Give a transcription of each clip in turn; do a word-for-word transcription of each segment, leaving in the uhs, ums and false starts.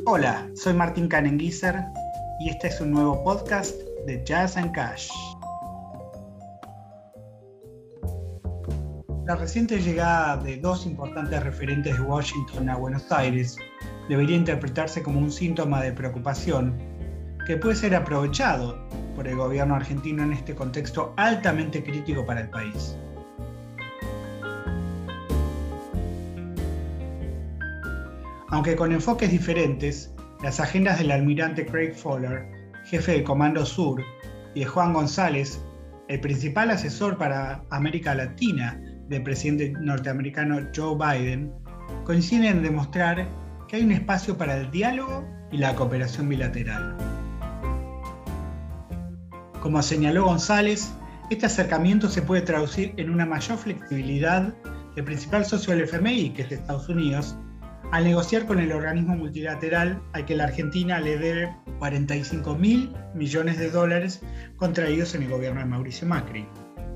Hola, soy Martín Canenguiser y este es un nuevo podcast de Jazz and Cash. La reciente llegada de dos importantes referentes de Washington a Buenos Aires debería interpretarse como un síntoma de preocupación que puede ser aprovechado por el gobierno argentino en este contexto altamente crítico para el país. Aunque con enfoques diferentes, las agendas del almirante Craig Fowler, jefe del Comando Sur, y de Juan González, el principal asesor para América Latina del presidente norteamericano Joe Biden, coinciden en demostrar que hay un espacio para el diálogo y la cooperación bilateral. Como señaló González, este acercamiento se puede traducir en una mayor flexibilidad del principal socio del F M I, que es Estados Unidos, al negociar con el organismo multilateral al que la Argentina le debe cuarenta y cinco mil millones de dólares contraídos en el gobierno de Mauricio Macri.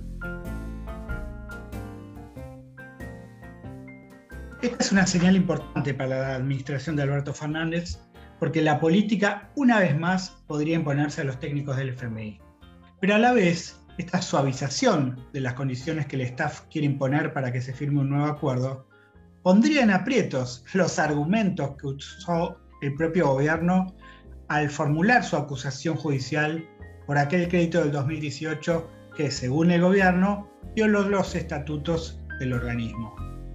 Esta es una señal importante para la administración de Alberto Fernández, porque la política una vez más podría imponerse a los técnicos del F M I. Pero a la vez, esta suavización de las condiciones que el staff quiere imponer para que se firme un nuevo acuerdo pondría en aprietos los argumentos que usó el propio gobierno al formular su acusación judicial por aquel crédito del dos mil dieciocho que, según el gobierno, violó los estatutos del organismo.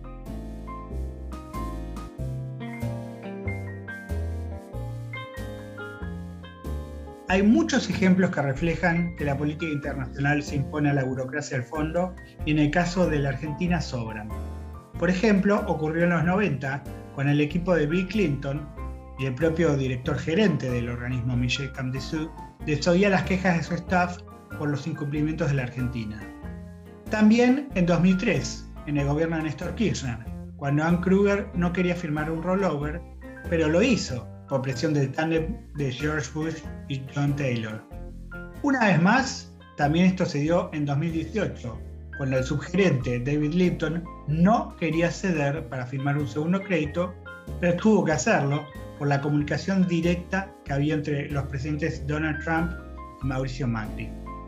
Hay muchos ejemplos que reflejan que la política internacional se impone a la burocracia al fondo y en el caso de la Argentina sobran. Por ejemplo, ocurrió en los noventa con el equipo de Bill Clinton y el propio director gerente del organismo, Michel Camdessus, desoía las quejas de su staff por los incumplimientos de la Argentina. También en dos mil tres, en el gobierno de Néstor Kirchner, cuando Ann Kruger no quería firmar un rollover, pero lo hizo por presión del tándem de George Bush y John Taylor. Una vez más, también esto se dio en dos mil dieciocho, cuando el subgerente David Lipton no quería ceder para firmar un segundo crédito, pero tuvo que hacerlo por la comunicación directa que había entre los presidentes Donald Trump y Mauricio Macri.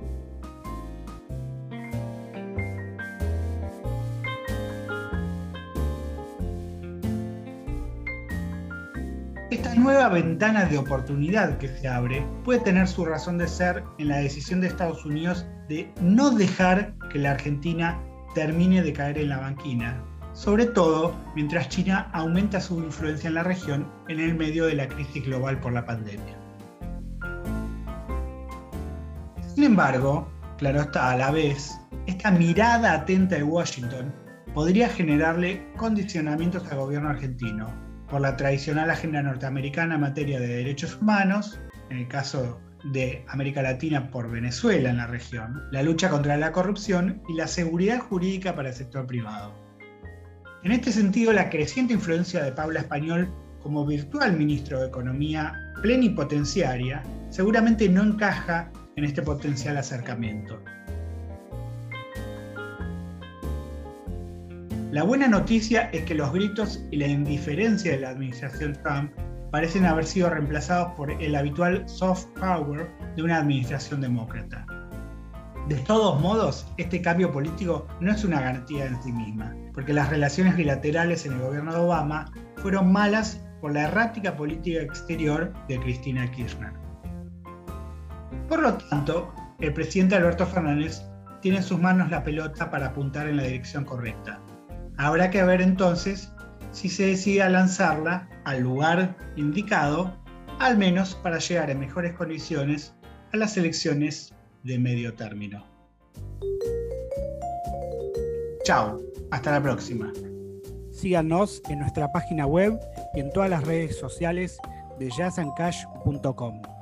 Esta nueva ventana de oportunidad que se abre puede tener su razón de ser en la decisión de Estados Unidos de no dejar que la Argentina termine de caer en la banquina, sobre todo mientras China aumenta su influencia en la región en el medio de la crisis global por la pandemia. Sin embargo, claro está, a la vez, esta mirada atenta de Washington podría generarle condicionamientos al gobierno argentino por la tradicional agenda norteamericana en materia de derechos humanos, en el caso de América Latina por Venezuela en la región, la lucha contra la corrupción y la seguridad jurídica para el sector privado. En este sentido, la creciente influencia de Paula Español como virtual ministro de Economía plenipotenciaria seguramente no encaja en este potencial acercamiento. La buena noticia es que los gritos y la indiferencia de la administración Trump parecen haber sido reemplazados por el habitual soft power de una administración demócrata. De todos modos, este cambio político no es una garantía en sí misma, porque las relaciones bilaterales en el gobierno de Obama fueron malas por la errática política exterior de Cristina Kirchner. Por lo tanto, el presidente Alberto Fernández tiene en sus manos la pelota para apuntar en la dirección correcta. Habrá que ver entonces si se decide a lanzarla al lugar indicado, al menos para llegar en mejores condiciones a las elecciones de medio término. Chao, hasta la próxima. Síganos en nuestra página web y en todas las redes sociales de jazz and cash punto com.